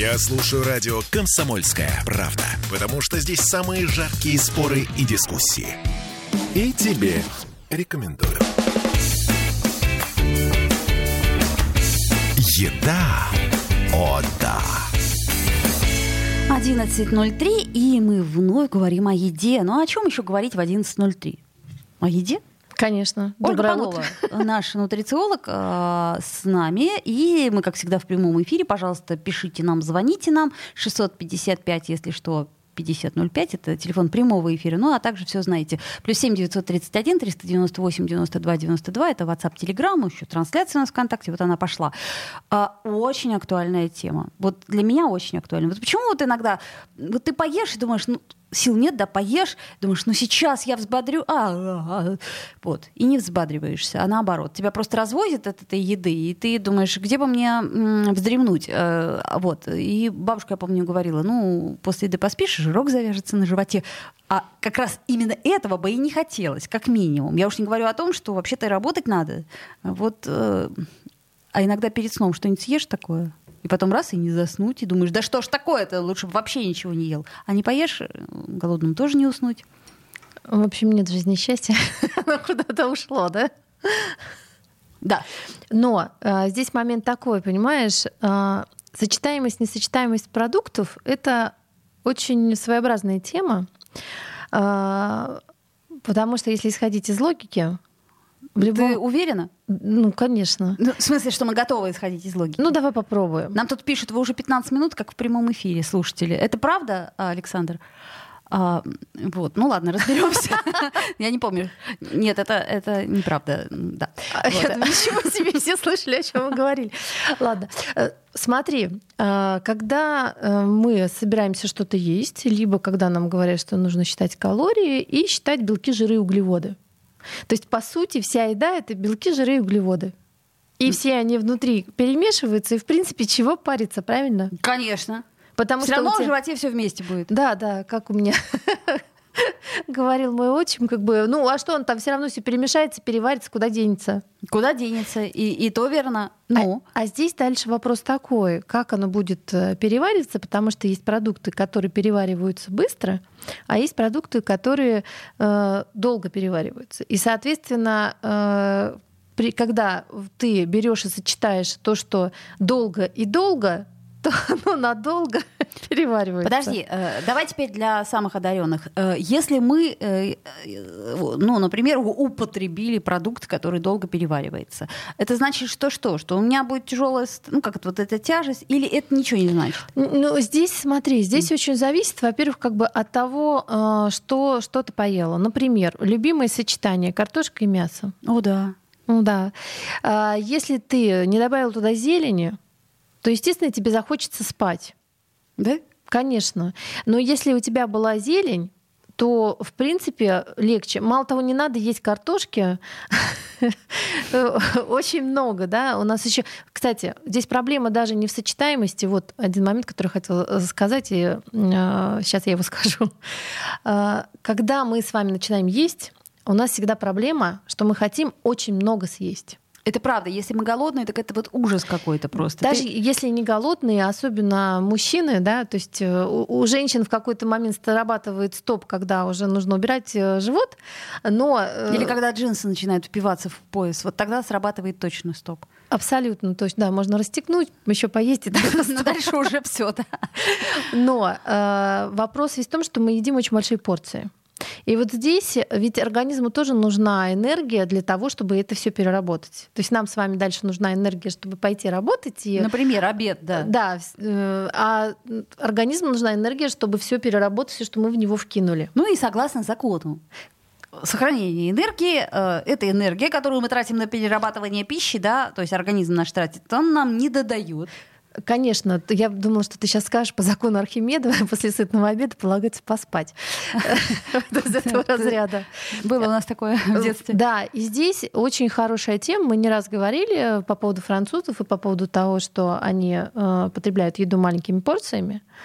Я слушаю радио «Комсомольская правда», потому что здесь самые жаркие споры и дискуссии. И тебе рекомендую. Еда. О, да. 11:03, и мы вновь говорим о еде. Ну, о чем еще говорить в 11:03? О еде? Конечно. Ольга Доброе Панова, утро. наш нутрициолог, с нами. И мы, как всегда, в прямом эфире. Пожалуйста, пишите нам, звоните нам. 655, если что, 5005. Это телефон прямого эфира. Ну, а также все знаете. +7 931 398 92 92. Это WhatsApp, Telegram. Еще трансляция у нас ВКонтакте. Вот она пошла. Очень актуальная тема. Вот для меня очень актуальная. Вот почему вот иногда вот ты поешь и думаешь, ну, сил нет, да, поешь, думаешь, ну сейчас я взбодрю, вот, и не взбадриваешься, а наоборот, тебя просто развозят от этой еды, и ты думаешь, где бы мне вздремнуть, вот, и бабушка, я помню, говорила, ну, после еды поспишь, жирок завяжется на животе, а как раз именно этого бы и не хотелось, как минимум, я уж не говорю о том, что вообще-то и работать надо, вот, а иногда перед сном что-нибудь съешь такое, и потом раз, и не заснуть, и думаешь, да что ж такое-то, лучше бы вообще ничего не ел. А не поешь, голодным тоже не уснуть. В общем, нет в жизни счастья. Оно куда-то ушло, да? Да. Но здесь момент такой, понимаешь, сочетаемость, несочетаемость продуктов — это очень своеобразная тема, потому что если исходить из логики, Ты уверена? Ну, конечно. Ну, в смысле, что мы готовы исходить из логики? Ну, давай попробуем. Нам тут пишут, вы уже 15 минут, как в прямом эфире, слушатели. Это правда, Александр? Вот, ну ладно, разберемся. Я не помню. Нет, это неправда. Да. Я думаю, ничего себе, все слышали, о чем мы говорили. Ладно, смотри, когда мы собираемся что-то есть, либо когда нам говорят, что нужно считать калории и считать белки, жиры и углеводы. То есть, по сути, вся еда — это белки, жиры и углеводы. И все они внутри перемешиваются, и, в принципе, чего париться, правильно? Конечно. Потому все что равно в животе все вместе будет. Да, как у меня говорил мой отчим, как бы, ну, а что он там все равно все перемешается, переварится, куда денется? Куда денется? И то верно. Ну. А здесь дальше вопрос такой, как оно будет перевариваться, потому что есть продукты, которые перевариваются быстро, а есть продукты, которые долго перевариваются. И, соответственно, когда ты берешь и сочетаешь то, что долго и долго, то оно надолго переваривается. Подожди, давай теперь для самых одаренных. Если мы, ну, например, употребили продукт, который долго переваривается, это значит, что у меня будет тяжелая, ну, как это, вот эта тяжесть, или это ничего не значит? Ну, здесь, смотри, здесь очень зависит, во-первых, как бы от того, что ты поела. Например, любимое сочетание картошка и мясо. О, да. Ну, да. Если ты не добавил туда зелени, то, естественно, тебе захочется спать. Да? Конечно. Но если у тебя была зелень, то, в принципе, легче. Мало того, не надо есть картошки очень много, да. У нас еще, кстати, здесь проблема даже не в сочетаемости. Вот один момент, который я хотела сказать, и сейчас я его скажу. Когда мы с вами начинаем есть, у нас всегда проблема, что мы хотим очень много съесть. Это правда. Если мы голодные, так это вот ужас какой-то просто. Даже если не голодные, особенно мужчины, да, то есть у женщин в какой-то момент срабатывает стоп, когда уже нужно убирать живот, но... Или когда джинсы начинают впиваться в пояс, вот тогда срабатывает точно стоп. Абсолютно, то есть, да, можно расстегнуть, еще поесть и дальше уже все, да. Но вопрос весь в том, что мы едим очень большие порции. И вот здесь ведь организму тоже нужна энергия для того, чтобы это все переработать. То есть нам с вами дальше нужна энергия, чтобы пойти работать. И... Например, обед, да. Да, а организму нужна энергия, чтобы все переработать, все, что мы в него вкинули. Ну и согласно закону сохранение энергии, это энергия, которую мы тратим на перерабатывание пищи, да, то есть организм наш тратит, он нам не додает. Конечно, я думала, что ты сейчас скажешь по закону Архимеда, после сытного обеда полагается поспать. Из этого разряда. Было у нас такое в детстве. Да, и здесь очень хорошая тема. Мы не раз говорили по поводу французов и по поводу того, что они потребляют еду маленькими порциями.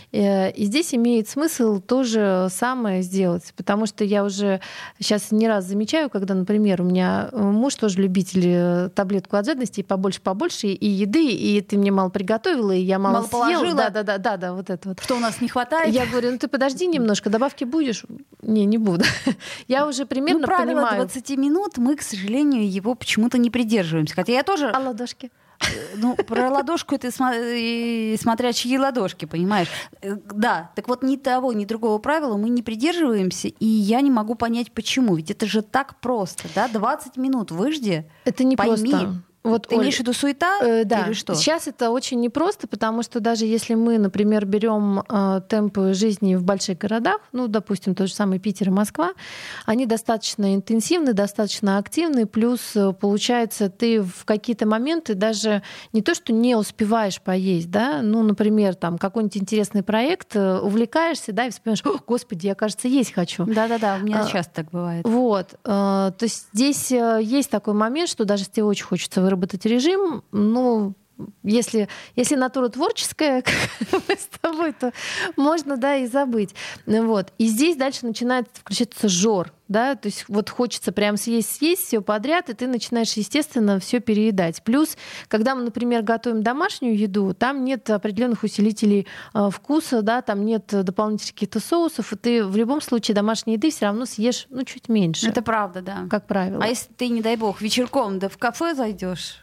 И здесь имеет смысл то же самое сделать, потому что я уже сейчас не раз замечаю, когда, например, у меня муж тоже любитель таблетку от жадности, и побольше, и еды, и ты мне мало приготовила, и я мало съела. Да, вот это вот. Что у нас не хватает? Я говорю, ты подожди немножко, добавки будешь? Не буду. Я уже примерно правило понимаю. 20 минут мы, к сожалению, его почему-то не придерживаемся. Хотя я тоже... А ладошки? Про ладошку это смотря чьи ладошки, понимаешь? Да, так вот ни того, ни другого правила мы не придерживаемся, и я не могу понять, почему. Ведь это же так просто, да? 20 минут выжди, это не пойми. Просто. Вот, ты имеешь в виду суета да. или что? Сейчас это очень непросто, потому что даже если мы, например, берем темпы жизни в больших городах, допустим, тот же самый Питер и Москва, они достаточно интенсивны, достаточно активны, плюс, получается, ты в какие-то моменты даже не то, что не успеваешь поесть, да, например, там какой-нибудь интересный проект, увлекаешься, да, и вспоминаешь, господи, я, кажется, есть хочу. Да, у меня часто так бывает. Вот, то есть здесь есть такой момент, что даже если тебе очень хочется выработать режим, если натура творческая, как мы с тобой, то можно, да, и забыть. Вот. И здесь дальше начинает включаться жор, да, то есть вот хочется прям съесть все подряд, и ты начинаешь, естественно, все переедать. Плюс, когда мы, например, готовим домашнюю еду, там нет определенных усилителей вкуса, да, там нет дополнительных каких-то соусов, и ты в любом случае домашней еды все равно съешь, чуть меньше. Это правда, да. Как правило. А если ты, не дай бог, вечерком в кафе зайдешь?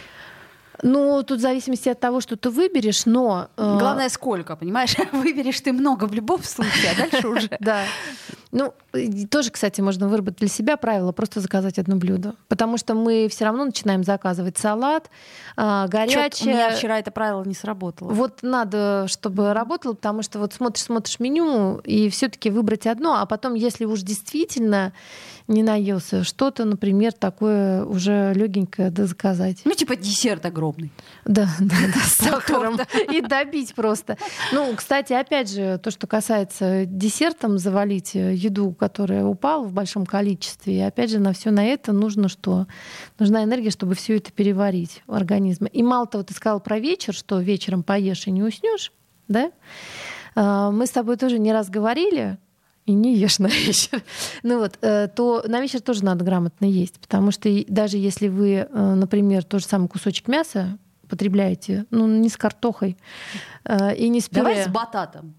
Тут в зависимости от того, что ты выберешь, но... Главное, сколько, понимаешь? Выберешь ты много в любом случае, а дальше уже... Да. Тоже, кстати, можно выработать для себя правило просто заказать одно блюдо. Потому что мы все равно начинаем заказывать салат, горячее. У меня вчера это правило не сработало. Вот надо, чтобы работало, потому что вот смотришь меню, и все-таки выбрать одно, а потом, если уж действительно не наелся, что-то, например, такое уже легенькое заказать. Типа десерт огромный. Да, с сахаром. И добить просто. Кстати, опять же, то, что касается десертом завалить еду, которая упала в большом количестве, и опять же, на все на это нужно что? Нужна энергия, чтобы все это переварить в организме. И мало того, ты сказал про вечер, что вечером поешь и не уснешь, да? Мы с тобой тоже не раз говорили, и не ешь на вечер, то на вечер тоже надо грамотно есть, потому что даже если вы, например, тот же самый кусочек мяса потребляете, не с картохой и не с пюре. Давай с бататом.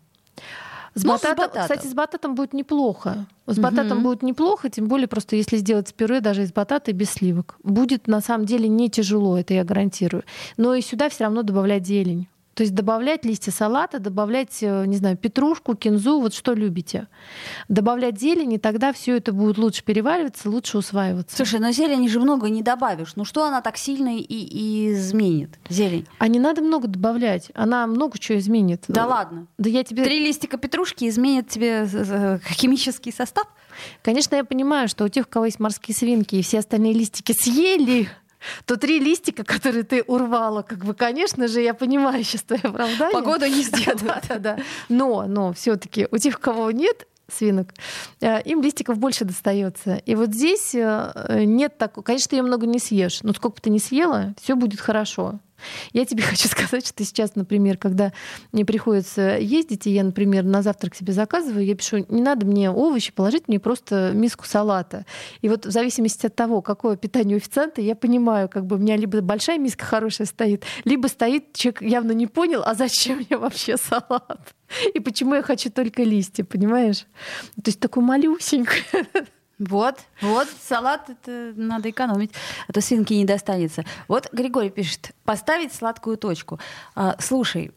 С бататом. Кстати, с бататом будет неплохо. Бататом будет неплохо, тем более просто если сделать пюре даже из батата и без сливок. Будет на самом деле не тяжело, это я гарантирую. Но и сюда все равно добавлять зелень. То есть добавлять листья салата, добавлять, не знаю, петрушку, кинзу, вот что любите. Добавлять зелень, и тогда все это будет лучше перевариваться, лучше усваиваться. Слушай, но зелени же много не добавишь. Что она так сильно и изменит? Зелень. А не надо много добавлять. Она много чего изменит. Да ладно? Да я тебе... 3 листика петрушки изменят тебе химический состав? Конечно, я понимаю, что у тех, у кого есть морские свинки, и все остальные листики съели, то 3 листика, которые ты урвала, конечно же, я понимаю сейчас твое оправдание. Погоду не сделают. Да. Но все-таки у тех, у кого нет свинок, им листиков больше достается. И вот здесь нет такого. Конечно, ты ее много не съешь, но сколько бы ты не съела, все будет хорошо. Я тебе хочу сказать, что сейчас, например, когда мне приходится ездить, и я, например, на завтрак себе заказываю, я пишу, не надо мне овощи, положить мне просто миску салата. И вот в зависимости от того, какое питание у официанта, я понимаю, у меня либо большая миска хорошая стоит, либо стоит, человек явно не понял, а зачем мне вообще салат? И почему я хочу только листья, понимаешь? То есть такой малюсенький. Вот, салат это надо экономить, а то свинки не достанется. Вот Григорий пишет, поставить сладкую точку. Слушай,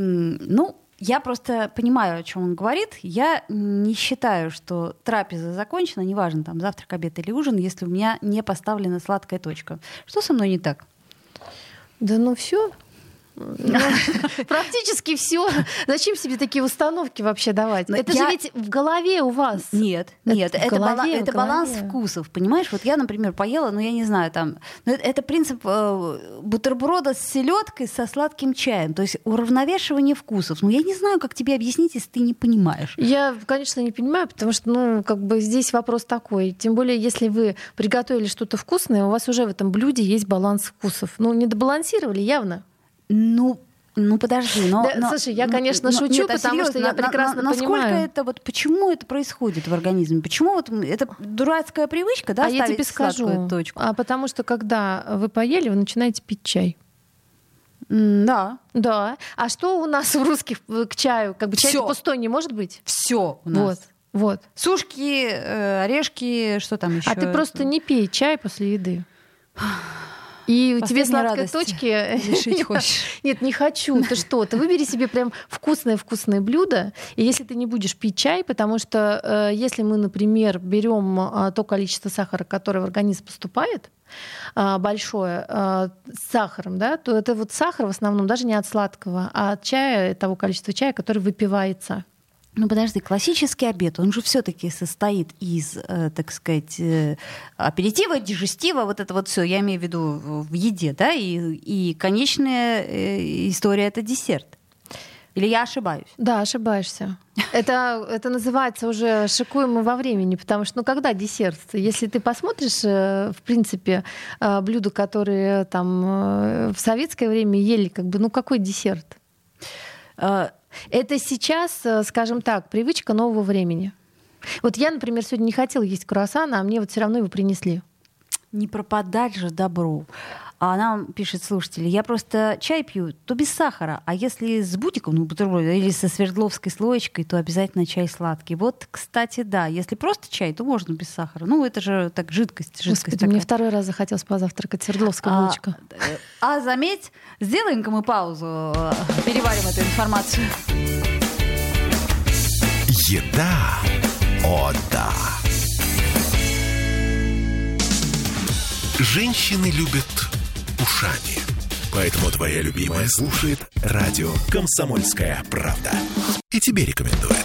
я просто понимаю, о чем он говорит. Я не считаю, что трапеза закончена, неважно, там завтрак, обед или ужин, если у меня не поставлена сладкая точка. Что со мной не так? Да все. Практически все. Зачем себе такие установки вообще давать? Это же ведь в голове у вас. Нет, это баланс вкусов, понимаешь? Вот я, например, поела, я не знаю, это принцип бутерброда с селедкой со сладким чаем, то есть уравновешивание вкусов. Я не знаю, как тебе объяснить, если ты не понимаешь. Я, конечно, не понимаю, потому что, здесь вопрос такой. Тем более, если вы приготовили что-то вкусное, у вас уже в этом блюде есть баланс вкусов. Не добалансировали явно. Ну, подожди, слушай, я, конечно, шучу, потому что я прекрасно понимаю. Почему это происходит в организме? Почему это дурацкая привычка, да, я тебе скажу. Точку? Потому что, когда вы поели, вы начинаете пить чай. Да. Да. А что у нас у русских к чаю? Как бы чай пустой не может быть? Все у нас. Вот. Сушки, орешки, что там еще? А ты просто не пей чай после еды. И у тебя сладкой точки лишить хочешь? Нет, не хочу. Ты что? Ты выбери себе прям вкусное блюдо. И если ты не будешь пить чай, потому что если мы, например, берем то количество сахара, которое в организм поступает, большое, с сахаром, да, то это вот сахар в основном даже не от сладкого, а от чая, того количества чая, который выпивается. Ну подожди, классический обед, он же все-таки состоит из, так сказать, аперитива, дижестива, вот это вот все, я имею в виду в еде, да, и конечная история — это десерт. Или я ошибаюсь? Да, ошибаешься. Это называется уже шикуем во времени, потому что, когда десерт? Если ты посмотришь, в принципе, блюда, которые там в советское время ели, какой десерт? Это сейчас, скажем так, привычка нового времени. Вот я, например, сегодня не хотела есть круассан, а мне вот все равно его принесли. Не пропадать же добру. А нам пишет слушатель, я просто чай пью, то без сахара, а если с бутиком, или со свердловской слоечкой, то обязательно чай сладкий. Вот, кстати, да, если просто чай, то можно без сахара. Ну, это же так жидкость. Господи, такая. Мне второй раз захотелось позавтракать свердловская булочка. А заметь, сделаем-ка мы паузу, переварим эту информацию. Еда. О, да. Женщины любят ушами. Поэтому твоя любимая слушает радио «Комсомольская правда». И тебе рекомендует.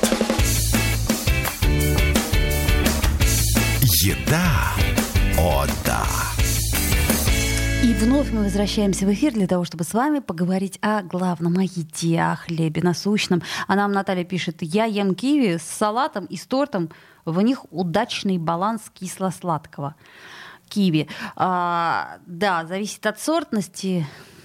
Еда. О, да. И вновь мы возвращаемся в эфир для того, чтобы с вами поговорить о главном, о еде, о хлебе насущном. А нам Наталья пишет, я ем киви с салатом и с тортом, в них удачный баланс кисло-сладкого. Киви. Да, зависит от сортности.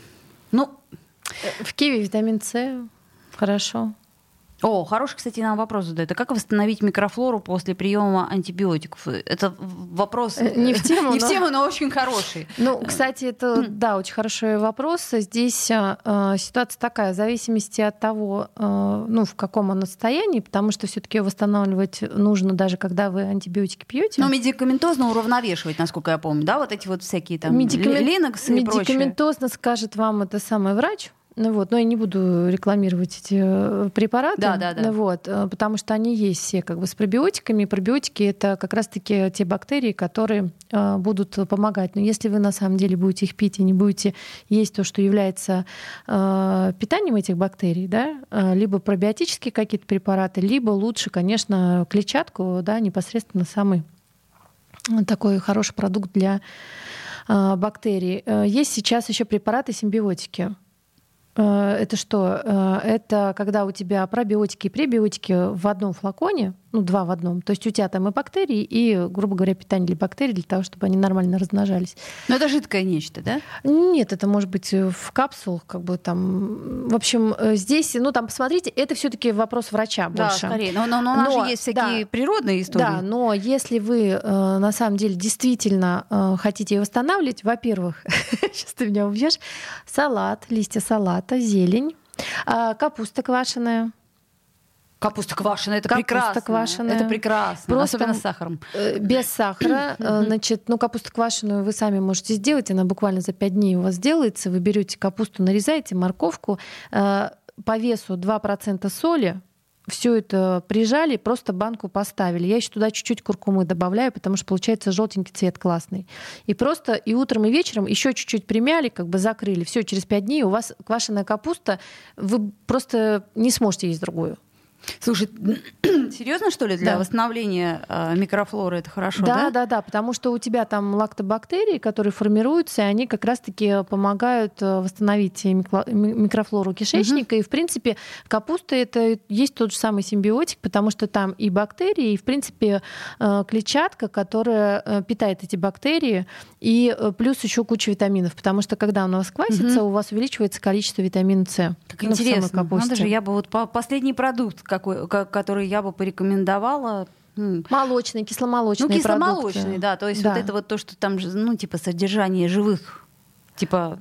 В киви витамин С. Хорошо. Хороший, кстати, нам вопрос задают. А как восстановить микрофлору после приема антибиотиков? Это вопрос не в тему, но очень хороший. Кстати, это, да, очень хороший вопрос. Здесь ситуация такая, в зависимости от того, в каком он состоянии, потому что все-таки восстанавливать нужно даже когда вы антибиотики пьете. Медикаментозно уравновешивать, насколько я помню, да, вот эти вот всякие там линоксы и прочее. Медикаментозно скажет вам это самый врач. Но я не буду рекламировать эти препараты, да. Потому что они есть все с пробиотиками. Пробиотики — это как раз-таки те бактерии, которые будут помогать. Но если вы на самом деле будете их пить и не будете есть то, что является питанием этих бактерий, да, либо пробиотические какие-то препараты, либо лучше, конечно, клетчатку, да, непосредственно самый такой хороший продукт для бактерий. Есть сейчас еще препараты-симбиотики. Это что? Это когда у тебя пробиотики и пребиотики в одном флаконе, 2 в одном. То есть у тебя там и бактерии, и, грубо говоря, питание для бактерий, для того, чтобы они нормально размножались. Но это жидкое нечто, да? Нет, это может быть в капсулах, там. В общем, здесь, там, посмотрите, это все-таки вопрос врача больше. Да, скорее. Но у нас же есть всякие природные истории. Да, но если вы на самом деле действительно хотите ее восстанавливать, во-первых, сейчас ты меня убьешь, салат, листья салата, зелень, капуста квашеная. Капуста квашеная, это прекрасно. Квашеная. Это прекрасно, просто особенно с сахаром. Без сахара. Значит, капусту квашеную вы сами можете сделать, она буквально за 5 дней у вас делается. Вы берете капусту, нарезаете, морковку, по весу 2% соли, все это прижали, просто банку поставили. Я еще туда чуть-чуть куркумы добавляю, потому что получается желтенький цвет классный. И просто и утром, и вечером еще чуть-чуть примяли, закрыли. Все, через 5 дней у вас квашеная капуста, вы просто не сможете есть другую. Слушай, Серьезно, что ли, для восстановления микрофлоры это хорошо, да? Да, потому что у тебя там лактобактерии, которые формируются, и они как раз-таки помогают восстановить микрофлору кишечника. И, в принципе, капуста — это есть тот же самый симбиотик, потому что там и бактерии, и, в принципе, клетчатка, которая питает эти бактерии, и плюс еще куча витаминов, потому что когда она у вас квасится, у вас увеличивается количество витамина С. Как интересно. Надо же, я бы вот последний продукт, который я бы порекомендовала. Молочные, кисломолочные продукты. Кисломолочные, да. То есть вот это вот то, что там, типа содержание живых, типа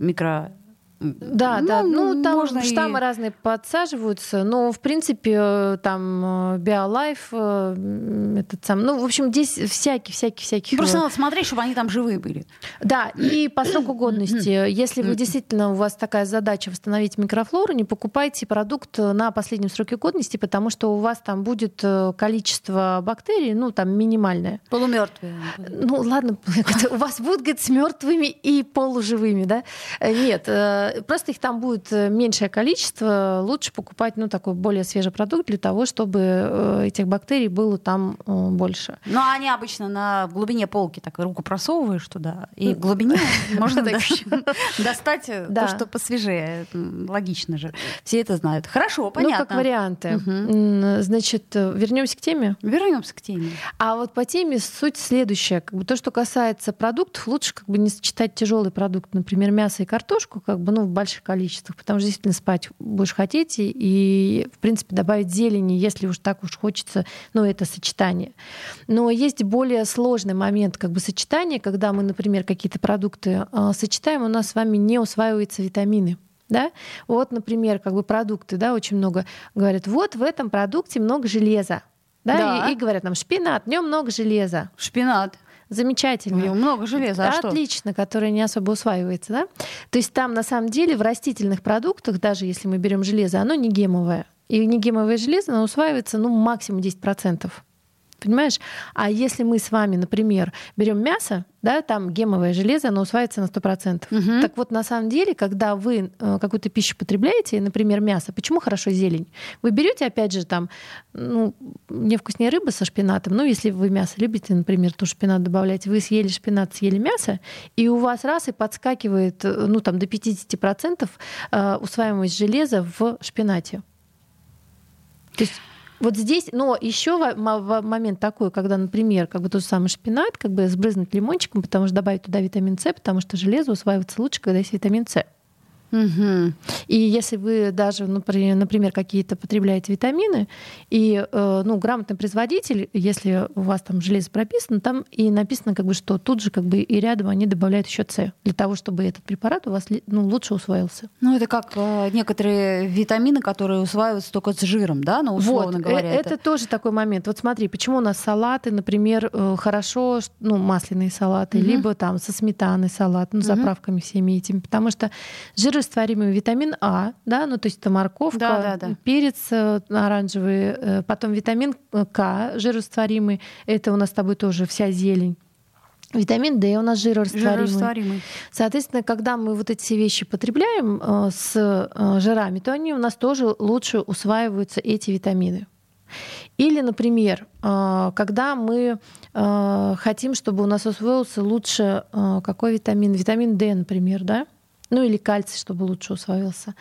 Да, там можно штаммы разные подсаживаются, но в принципе там Биолайф, этот сам, в общем, здесь всякие. Просто надо смотреть, чтобы они там живые были. Да, и по сроку годности, если вы действительно, у вас такая задача восстановить микрофлору, не покупайте продукт на последнем сроке годности, потому что у вас там будет количество бактерий, там минимальное. Полумертвые. Ладно, у вас будут, говорит, с мертвыми и полуживыми, да? Нет. Просто их там будет меньшее количество. Лучше покупать такой более свежий продукт для того, чтобы этих бактерий было там больше. Но они обычно на глубине полки так руку просовываешь туда, и в глубине можно достать то, что посвежее. Логично же. Все это знают. Хорошо, понятно. Как варианты. Значит, вернемся к теме? Вернемся к теме. А вот по теме суть следующая. То, что касается продуктов, лучше не сочетать тяжелый продукт, например, мясо и картошку, в больших количествах, потому что действительно спать будешь хотеть, и, в принципе, добавить зелени, если уж так уж хочется, это сочетание. Но есть более сложный момент сочетания, когда мы, например, какие-то продукты сочетаем, у нас с вами не усваиваются витамины. Да? Вот, например, продукты, очень много говорят, вот в этом продукте много железа. Да? И говорят нам, шпинат, в нем много железа. Шпинат. Замечательно. У него много железа, а что? Отлично, которое не особо усваивается. Да? То есть там, на самом деле, в растительных продуктах, даже если мы берем железо, оно не гемовое. И не гемовое железо, оно усваивается максимум 10%. Понимаешь? А если мы с вами, например, берем мясо, да, там гемовое железо, оно усваивается на 100%. Угу. Так вот, на самом деле, когда вы какую-то пищу потребляете, например, мясо, почему хорошо зелень? Вы берете, опять же, там, мне вкуснее рыба со шпинатом, если вы мясо любите, например, то шпинат добавляете, вы съели шпинат, съели мясо, и у вас раз и подскакивает, до 50% усваиваемость железа в шпинате. То есть вот здесь, но еще момент такой, когда, например, тот же самый шпинат, сбрызнуть лимончиком, потому что добавить туда витамин С, потому что железо усваивается лучше, когда есть витамин С. Угу. И если вы даже, например, какие-то потребляете витамины, и грамотный производитель, если у вас там железо прописано, там и написано, что тут же и рядом они добавляют еще С, для того, чтобы этот препарат у вас лучше усвоился. Это как некоторые витамины, которые усваиваются только с жиром, да, условно говоря. Это тоже такой момент. Вот смотри, почему у нас салаты, например, хорошо, масляные салаты, либо там со сметаной салат, заправками всеми этими, потому что жирорастворимый витамин А, да, то есть это морковка, перец оранжевый, потом витамин К, жирорастворимый, это у нас с тобой тоже вся зелень. Витамин D у нас жирорастворимый. Соответственно, когда мы вот эти все вещи потребляем с жирами, то они у нас тоже лучше усваиваются, эти витамины. Или, например, когда мы хотим, чтобы у нас усвоился лучше какой витамин? Витамин D, например, да? Или кальций, чтобы лучше усвоился.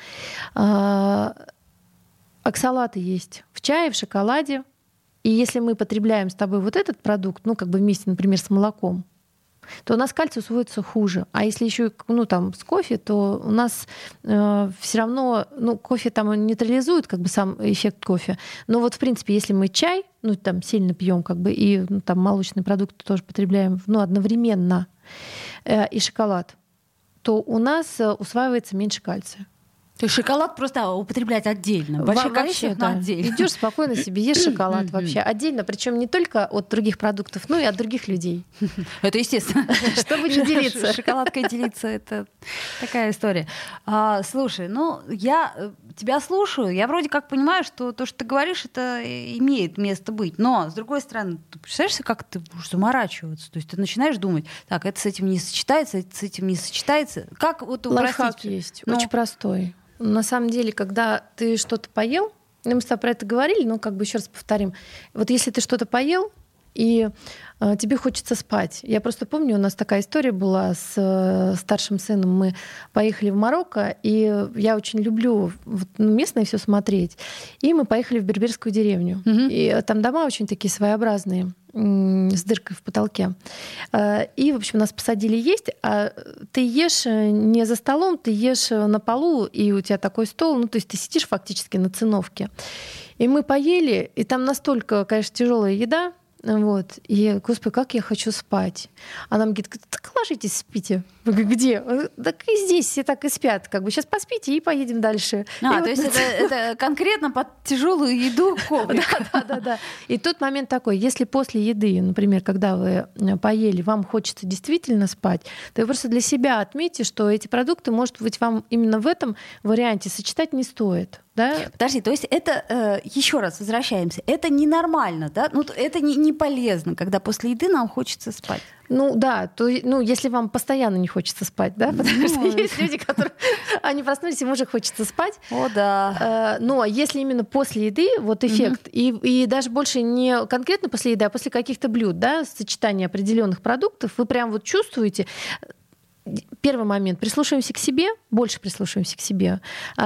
Оксалаты есть в чае, в шоколаде. И если мы потребляем с тобой вот этот продукт, вместе, например, с молоком, то у нас кальций усвоится хуже. А если еще с кофе, то у нас все равно кофе там нейтрализует сам эффект кофе. Но в принципе, если мы чай сильно пьем и молочные продукты тоже потребляем одновременно, и шоколад, то у нас усваивается меньше кальция. То есть шоколад просто употреблять отдельно. Большое количество отдельно. Идешь спокойно себе, ешь шоколад вообще отдельно, причем не только от других продуктов, но и от других людей. Это естественно. Чтобы не делиться. Шоколадкой делиться — это такая история. Слушай, я тебя слушаю, я вроде как понимаю, что то, что ты говоришь, это имеет место быть. Но, с другой стороны, ты представляешь, как ты будешь заморачиваться? То есть ты начинаешь думать, так, это с этим не сочетается, это с этим не сочетается. Как лайфхак есть, очень простой. На самом деле, когда ты что-то поел, Мы с тобой про это говорили, но как бы еще раз повторим. Вот если ты что-то поел, и тебе хочется спать. Я просто помню, у нас такая история была с старшим сыном. Мы поехали в Марокко, и я очень люблю местное все смотреть. И мы поехали в берберскую деревню. И там дома очень такие своеобразные, с дыркой в потолке. И, в общем, нас посадили есть, а ты ешь не за столом, ты ешь на полу, и у тебя такой стол, ну, то есть ты сидишь фактически на циновке. И мы поели, и там настолько, конечно, тяжелая еда, вот. И, господи, как я хочу спать. А нам говорит, так ложитесь, спите. Вы говорите, где? Так и здесь все так и спят. Как бы сейчас поспите и поедем дальше. То есть это конкретно под тяжелую еду коврик. Да. И тот момент такой, если после еды, например, когда вы поели, вам хочется действительно спать, то вы просто для себя отметьте, что эти продукты, может быть, вам именно в этом варианте сочетать не стоит. Да? Подожди, то есть это, еще раз возвращаемся, это ненормально, да? Ну, это не полезно, когда после еды нам хочется спать. Ну да, если вам постоянно не хочется спать, да, потому что есть люди, которые они проснулись, им уже хочется спать. О, да. Но если именно после еды, вот эффект, и даже больше не конкретно после еды, а после каких-то блюд, да, сочетание определенных продуктов, вы прям вот чувствуете. Первый момент. Прислушиваемся к себе, больше прислушиваемся к себе.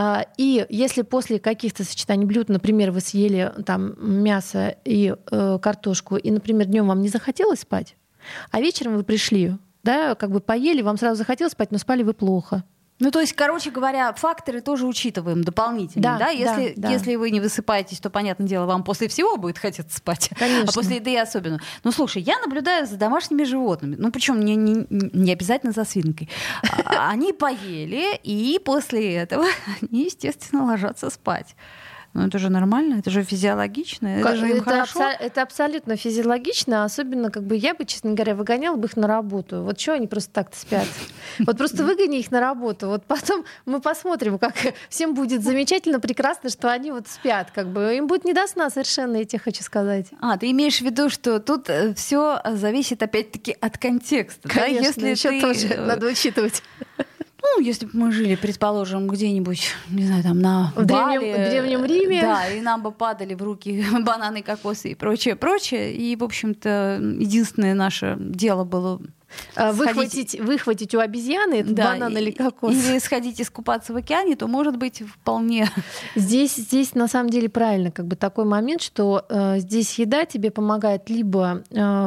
И если после каких-то сочетаний блюд, например, вы съели там мясо и картошку, и, например, днем вам не захотелось спать, а вечером вы пришли, да, как бы поели, вам сразу захотелось спать, но спали вы плохо. Ну, то есть, короче говоря, факторы тоже учитываем дополнительно, да? Если вы не высыпаетесь, то, понятное дело, вам после всего будет хотеться спать, конечно. А после еды особенно. Ну, слушай, я наблюдаю за домашними животными, ну, причем не обязательно за свинкой. Они поели, и после этого они, естественно, ложатся спать. Ну, это же нормально, это же физиологично, это же им хорошо. Это абсолютно физиологично, особенно, как бы, я бы, честно говоря, выгоняла бы их на работу. Вот чего они просто так-то спят? Вот просто выгони их на работу, вот потом мы посмотрим, как всем будет замечательно, прекрасно, что они вот спят, как бы, им будет не до сна совершенно, я тебе хочу сказать. Ты имеешь в виду, что тут все зависит, опять-таки, от контекста, конечно, да? Если еще тоже надо учитывать. Ну, если бы мы жили, предположим, где-нибудь, не знаю, там на Бали, в Древнем Риме. Да, и нам бы падали в руки бананы, кокосы и прочее. И, в общем-то, единственное наше дело было выхватить у обезьяны этот банан или кокос. Или сходить искупаться в океане, то, может быть, вполне... Здесь на самом деле правильно как бы такой момент, что здесь еда тебе помогает либо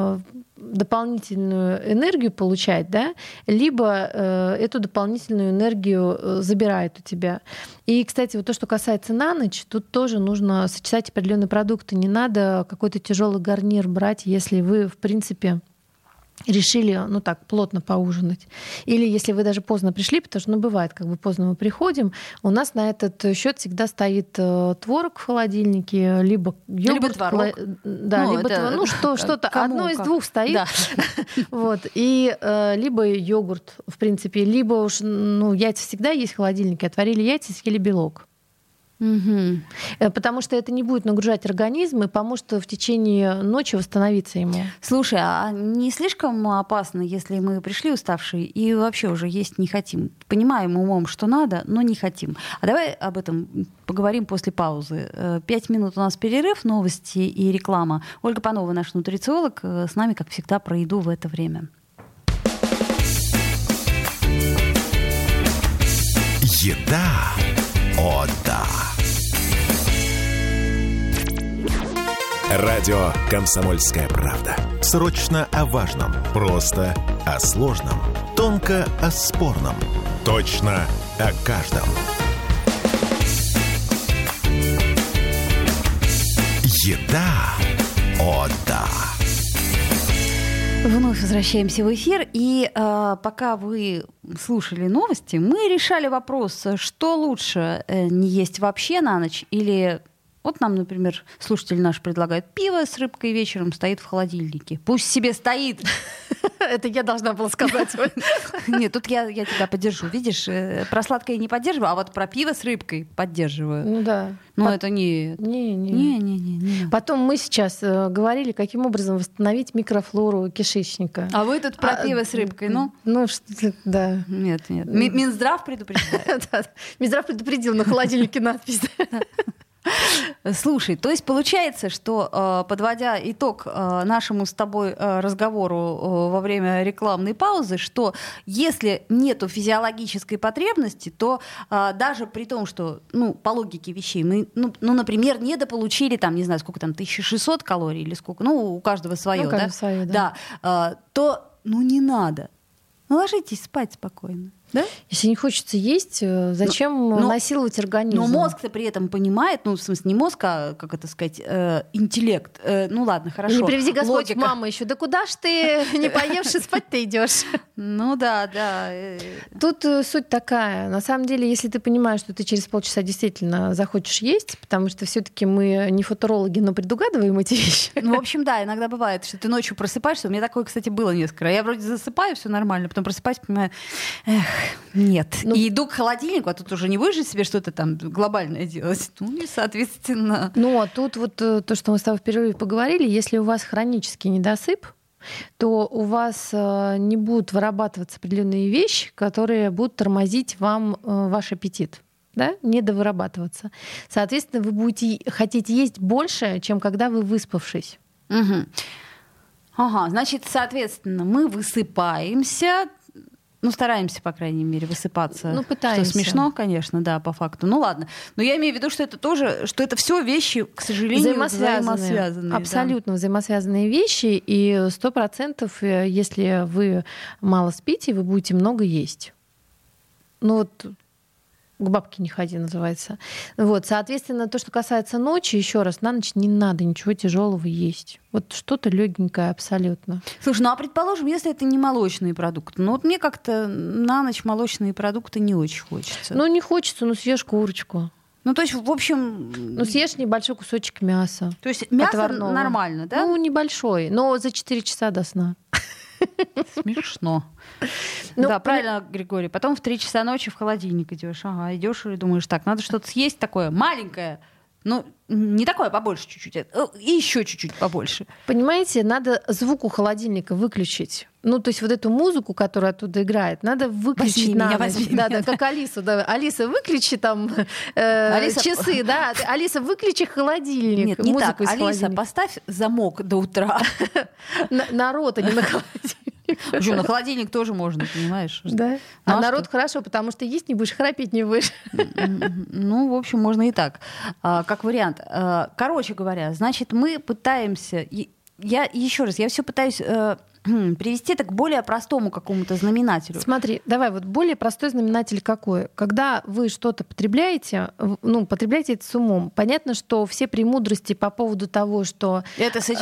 дополнительную энергию получать, да, либо эту дополнительную энергию забирает у тебя. И, кстати, вот то, что касается на ночь, тут тоже нужно сочетать определенные продукты. Не надо какой-то тяжелый гарнир брать, если вы, в принципе, решили, ну так, плотно поужинать. Или если вы даже поздно пришли, потому что, ну, бывает, как бы поздно мы приходим, у нас на этот счет всегда стоит творог в холодильнике, либо йогурт. Либо творог. Что-то. Одно из двух стоит. Да. Вот. И либо йогурт, в принципе, либо уж, яйца всегда есть в холодильнике, отварили яйца, съели белок. Угу. Потому что это не будет нагружать организм и поможет в течение ночи восстановиться ему. Слушай, а не слишком опасно, если мы пришли уставшие и вообще уже есть не хотим? Понимаем умом, что надо, но не хотим. А давай об этом поговорим после паузы. 5 минут у нас перерыв, новости и реклама. Ольга Панова, наш нутрициолог, с нами, как всегда, про еду в это время. Еда. О, да. Радио «Комсомольская правда». Срочно о важном. Просто о сложном. Тонко о спорном. Точно о каждом. Еда. О, да. Вновь возвращаемся в эфир. И пока вы слушали новости, мы решали вопрос, что лучше, не есть вообще на ночь или... Вот нам, например, слушатель наш предлагает пиво с рыбкой вечером, стоит в холодильнике. Пусть себе стоит. Это я должна была сказать. Нет, тут я тебя поддержу. Видишь, про сладкое не поддерживаю, а вот про пиво с рыбкой поддерживаю. Ну да. Но это не... Не. Потом мы сейчас говорили, каким образом восстановить микрофлору кишечника. А вы тут про пиво с рыбкой, ну? Ну, да. Нет. Минздрав предупреждает. Минздрав предупредил, на холодильнике надпись. Слушай, то есть получается, что, подводя итог нашему с тобой разговору во время рекламной паузы, что если нету физиологической потребности, то даже при том, что, по логике вещей, мы, например, недополучили, там, не знаю, сколько там, 1600 калорий или сколько, у каждого свое, у каждого свое, да. Да, то, не надо. Ложитесь спать спокойно. Да? Если не хочется есть, зачем насиловать организм? Но мозг-то при этом понимает, в смысле не мозг, а, как это сказать, интеллект. Ладно, хорошо. Не привези Господь, логика. мама еще. Да куда ж ты, не поевши, спать-то идешь? Да. Тут суть такая. На самом деле, если ты понимаешь, что ты через полчаса действительно захочешь есть, потому что все-таки мы не футурологи, но предугадываем эти вещи. В общем, да, иногда бывает, что ты ночью просыпаешься. У меня такое, кстати, было несколько раз. Я вроде засыпаю, все нормально, потом просыпаюсь, понимаю, нет. И иду к холодильнику, а тут уже не будешь себе что-то там глобальное делать. И, соответственно... А тут вот то, что мы с тобой впервые поговорили, если у вас хронический недосып, то у вас не будут вырабатываться определенные вещи, которые будут тормозить вам ваш аппетит. Да? Недовырабатываться. Соответственно, вы будете хотеть есть больше, чем когда вы выспавшись. Угу. Ага, значит, соответственно, мы высыпаемся, стараемся, по крайней мере, высыпаться. Пытаемся. Что смешно, конечно, да, по факту. Ладно. Но я имею в виду, что это тоже, что это все вещи, к сожалению, взаимосвязанные. Абсолютно взаимосвязанные вещи. И 100%, если вы мало спите, вы будете много есть. К бабке не ходи, называется. Соответственно, то, что касается ночи, еще раз, на ночь не надо ничего тяжелого есть. Что-то легенькое абсолютно. Слушай, а предположим, если это не молочные продукты. Мне как-то на ночь молочные продукты не очень хочется. Не хочется, съешь курочку. То есть, в общем... съешь небольшой кусочек мяса. То есть мясо отварного. Нормально, да? Небольшой, но за 4 часа до сна. Смешно. Да, правильно, Григорий. Потом в 3 часа ночи в холодильник идешь. Идешь и думаешь, так, надо что-то съесть такое маленькое. Не такое, побольше чуть-чуть. И еще чуть-чуть побольше. Понимаете, надо звук у холодильника выключить. То есть эту музыку, которая оттуда играет, надо выключить на ночь. Да, как Алису. Да. Алиса, выключи там часы, да. Алиса, выключи холодильник. Нет, не так. Алиса, поставь замок до утра. Народ, а не на холодильник. Почему? На холодильник тоже можно, понимаешь? Да. А народ хорошо, потому что есть не будешь, храпеть не будешь. В общем, можно и так. Как вариант. Короче говоря, значит, мы пытаемся... Я все пытаюсь привести это к более простому какому-то знаменателю. Смотри, давай, более простой знаменатель какой? Когда вы что-то потребляете, потребляйте это с умом. Понятно, что все премудрости по поводу того, что это с этим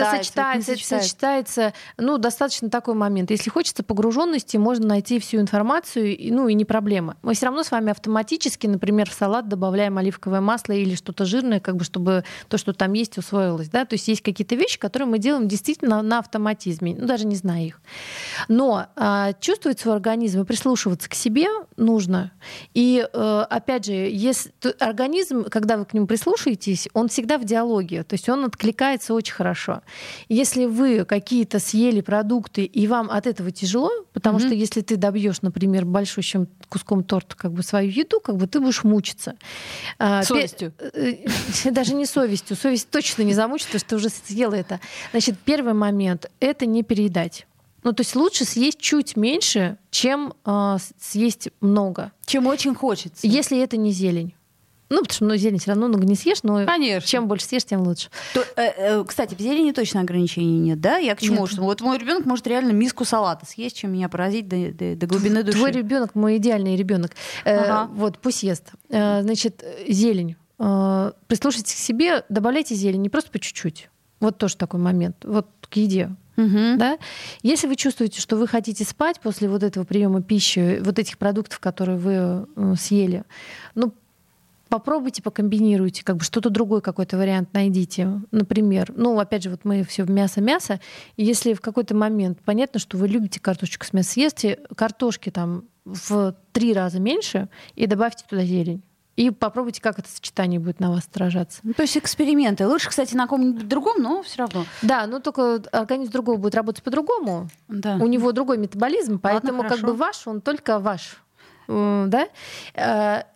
сочетается, достаточно такой момент. Если хочется погруженности, можно найти всю информацию, и не проблема. Мы все равно с вами автоматически, например, в салат добавляем оливковое масло или что-то жирное, чтобы то, что там есть, усвоилось. Да? То есть есть какие-то вещи, которые мы делаем действительно на автоматизме. Даже не зная их. Но чувствовать свой организм и прислушиваться к себе нужно. И опять же, если организм, когда вы к нему прислушаетесь, он всегда в диалоге, то есть он откликается очень хорошо. Если вы какие-то съели продукты, и вам от этого тяжело, потому что если ты добьешь, например, большущим куском торта свою еду, ты будешь мучиться. Совестью. Даже не совестью. Совесть точно не замучит, потому что ты уже съела это. Значит, первый момент — это не переедать. То есть лучше съесть чуть меньше, чем съесть много. Чем очень хочется. Если это не зелень. Потому что зелень все равно много не съешь, но конечно. Чем больше съешь, тем лучше. Кстати, в зелени точно ограничений нет, да? Я к чему? Что мой ребенок может реально миску салата съесть, чем меня поразить до глубины души. Твой ребенок мой идеальный ребенок. Пусть ест. Значит, зелень. Прислушайтесь к себе, добавляйте зелень, не просто по чуть-чуть. Тоже такой момент. К еде. Да? Если вы чувствуете, что вы хотите спать после этого приема пищи, этих продуктов, которые вы съели, попробуйте, покомбинируйте, что-то другой какой-то вариант найдите. Например, опять же, мы все мясо. И если в какой-то момент понятно, что вы любите картошечку с мясом, съешьте картошки в 3 раза меньше и добавьте туда зелень. И попробуйте, как это сочетание будет на вас отражаться. То есть эксперименты. Лучше, кстати, на ком-нибудь другом, но все равно. Да, только организм другого будет работать по-другому. Да. У него другой метаболизм, поэтому ваш, он только ваш. Да?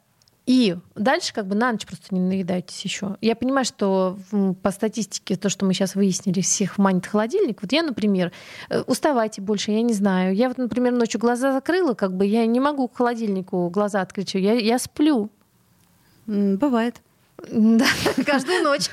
И дальше как бы на ночь просто не наедайтесь еще. Я понимаю, что по статистике то, что мы сейчас выяснили, всех манит холодильник. Вот я, например, уставайте больше, я не знаю. Я вот, например, ночью глаза закрыла, как бы я не могу к холодильнику глаза открыть. Я сплю. Бывает. Да, каждую ночь.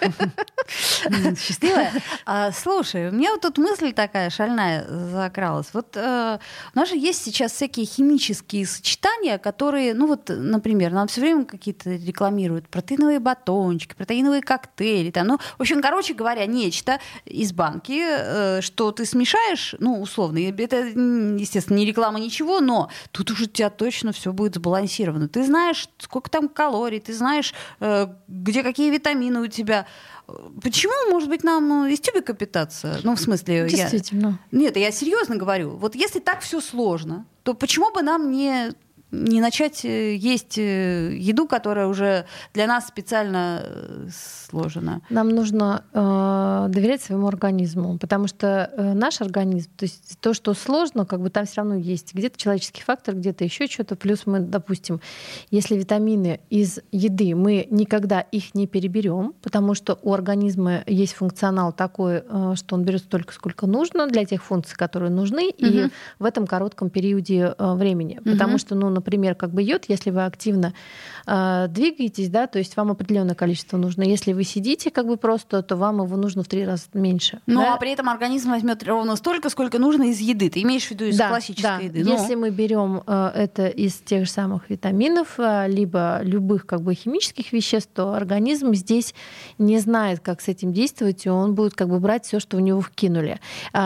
Счастливая. Слушай, у меня вот тут мысль такая шальная закралась. Вот у нас же есть сейчас всякие химические сочетания, которые, ну вот, например, нам все время какие-то рекламируют протеиновые батончики, протеиновые коктейли. Там, ну, в общем, короче говоря, нечто из банки, что ты смешаешь, ну, условно, это, естественно, не реклама, ничего, но тут уже у тебя точно все будет сбалансировано. Ты знаешь, сколько там калорий, ты знаешь, где какие витамины у тебя. Почему, может быть, нам из тюбика питаться? Ну, в смысле... Действительно. Нет, я серьезно говорю. Вот если так все сложно, то почему бы нам не начать есть еду, которая уже для нас специально сложена? Нам нужно доверять своему организму, потому что наш организм, то есть то, что сложно, как бы там все равно есть где-то человеческий фактор, где-то еще что-то. Плюс мы, допустим, если витамины из еды, мы никогда их не переберем, потому что у организма есть функционал такой, что он берет столько, сколько нужно для тех функций, которые нужны, и в этом коротком периоде времени. Потому что, ну, например, как бы йод, если вы активно двигаетесь, да, то есть вам определенное количество нужно. Если вы сидите как бы просто, то вам его нужно в 3 раза меньше. Ну, да? а при этом организм возьмет ровно столько, сколько нужно из еды. Ты имеешь в виду из классической еды? Но... Если мы берем это из тех же самых витаминов, либо любых как бы химических веществ, то организм здесь не знает, как с этим действовать, и он будет как бы брать все, что в него вкинули.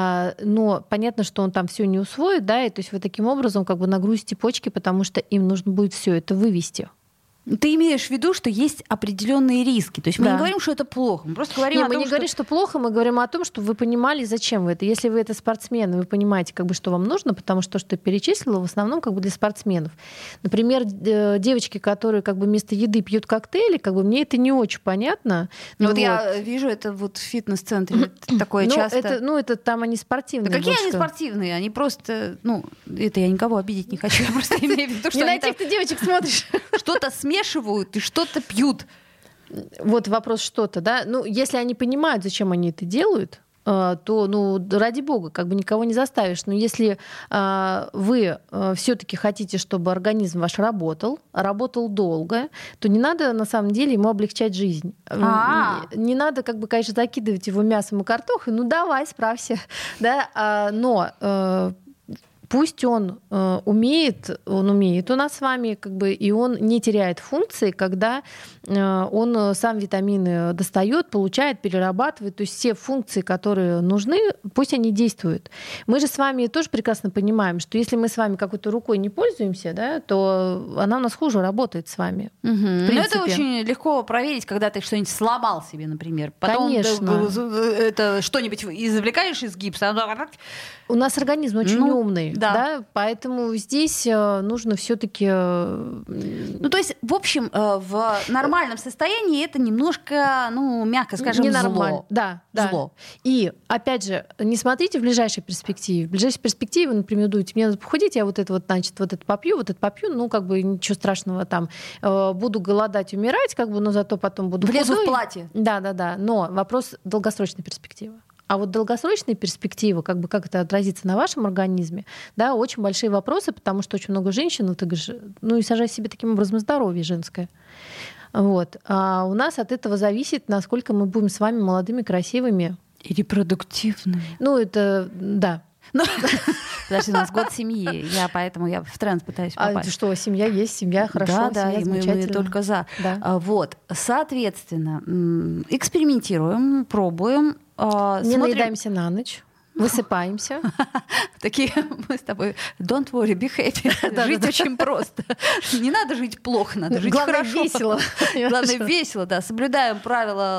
Но понятно, что он там все не усвоит, да, и то есть вы таким образом как бы нагрузите почки, потому что им нужно будет все это вывести. Ты имеешь в виду, что есть определенные риски. То есть мы не говорим, что это плохо. Мы просто говорим о том, мы не говорим, что плохо, мы говорим о том, что вы понимали, зачем вы это. Если вы это спортсмен, вы понимаете, как бы, что вам нужно, потому что то, что ты перечислила, в основном как бы для спортсменов. Например, девочки, которые как бы вместо еды пьют коктейли, как бы мне это не очень понятно. Ну, вот я вижу это вот в фитнес-центре такое часто. Это там они спортивные. Да какие они спортивные? Они просто, это я никого обидеть не хочу. Я просто имею в виду, что не на тех ты девочек смотришь. Что-то смешивают и что-то пьют. Вот вопрос что-то, да. Ну, если они понимают, зачем они это делают, то, ради бога, как бы никого не заставишь. Но если вы все-таки хотите, чтобы организм ваш работал долго, то не надо на самом деле ему облегчать жизнь. Не надо, как бы, конечно, закидывать его мясом и картохой. Ну, давай, справься. Да? Но пусть он умеет у нас с вами, как бы, и он не теряет функции, когда он сам витамины достает, получает, перерабатывает. То есть все функции, которые нужны, пусть они действуют. Мы же с вами тоже прекрасно понимаем, что если мы с вами какой-то рукой не пользуемся, да, то она у нас хуже работает с вами. Но это очень легко проверить, когда ты что-нибудь сломал себе, например. Потом это что-нибудь извлекаешь из гипса. У нас организм очень умный. Да, поэтому здесь нужно все-таки. Ну, то есть, в общем, в нормальном состоянии это немножко, мягко скажем, зло. Да. Зло. И, опять же, не смотрите в ближайшей перспективе. В ближайшей перспективе вы, например, думаете, мне надо похудеть, я вот это попью, как бы ничего страшного там. Буду голодать, умирать, как бы, но зато потом буду влезу худой. в платье. Да. Но вопрос долгосрочной перспективы. А вот долгосрочные перспективы, как это отразится на вашем организме, да, очень большие вопросы, потому что очень много женщин, ты говоришь, и сажай себе таким образом здоровье женское. Вот. А у нас от этого зависит, насколько мы будем с вами молодыми, красивыми. И репродуктивными. Это, да. Подожди, у нас год семьи, поэтому я в тренд пытаюсь попасть. А что, семья есть, семья хорошо, да, семья и мы только за. Да. Вот, соответственно, экспериментируем, пробуем. Не наедаемся на ночь. Высыпаемся. Такие мы с тобой. Don't worry, be happy. Жить очень просто. Не надо жить плохо, надо жить хорошо. Главное, весело. Главное, весело, да. Соблюдаем правила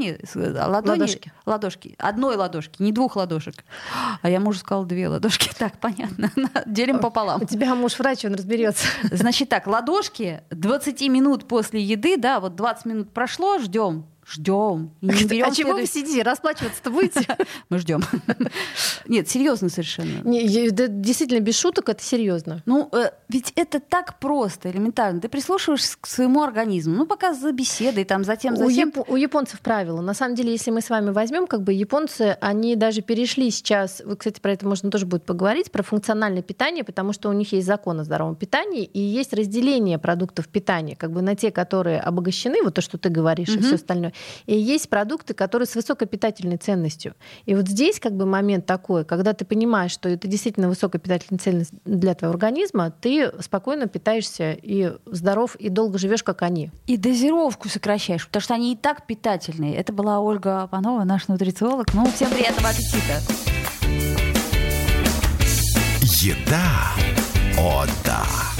ладошки. Одной ладошки, не 2 ладошек. А я мужу сказала 2 ладошки. Так, понятно. Делим пополам. У тебя муж врач, он разберется. Значит так, ладошки 20 минут после еды, да, вот 20 минут прошло, ждем. Ждем. А чего вы сидите? Расплачиваться-то будете? Мы ждем. Нет, серьезно совершенно. Действительно, без шуток это серьезно. Ну, ведь это так просто, элементарно. Ты прислушиваешься к своему организму. Пока за беседой, затем. У японцев правило. На самом деле, если мы с вами возьмем, японцы, они даже перешли сейчас, кстати, про это можно тоже будет поговорить, про функциональное питание, потому что у них есть закон о здоровом питании, и есть разделение продуктов питания, на те, которые обогащены, то, что ты говоришь, и все остальное. И есть продукты, которые с высокой питательной ценностью. И здесь момент такой, когда ты понимаешь, что это действительно высокая питательная ценность для твоего организма, ты спокойно питаешься и здоров, и долго живешь, как они. И дозировку сокращаешь, потому что они и так питательные. Это была Ольга Панова, наш нутрициолог. Всем приятного аппетита! Еда. О, да.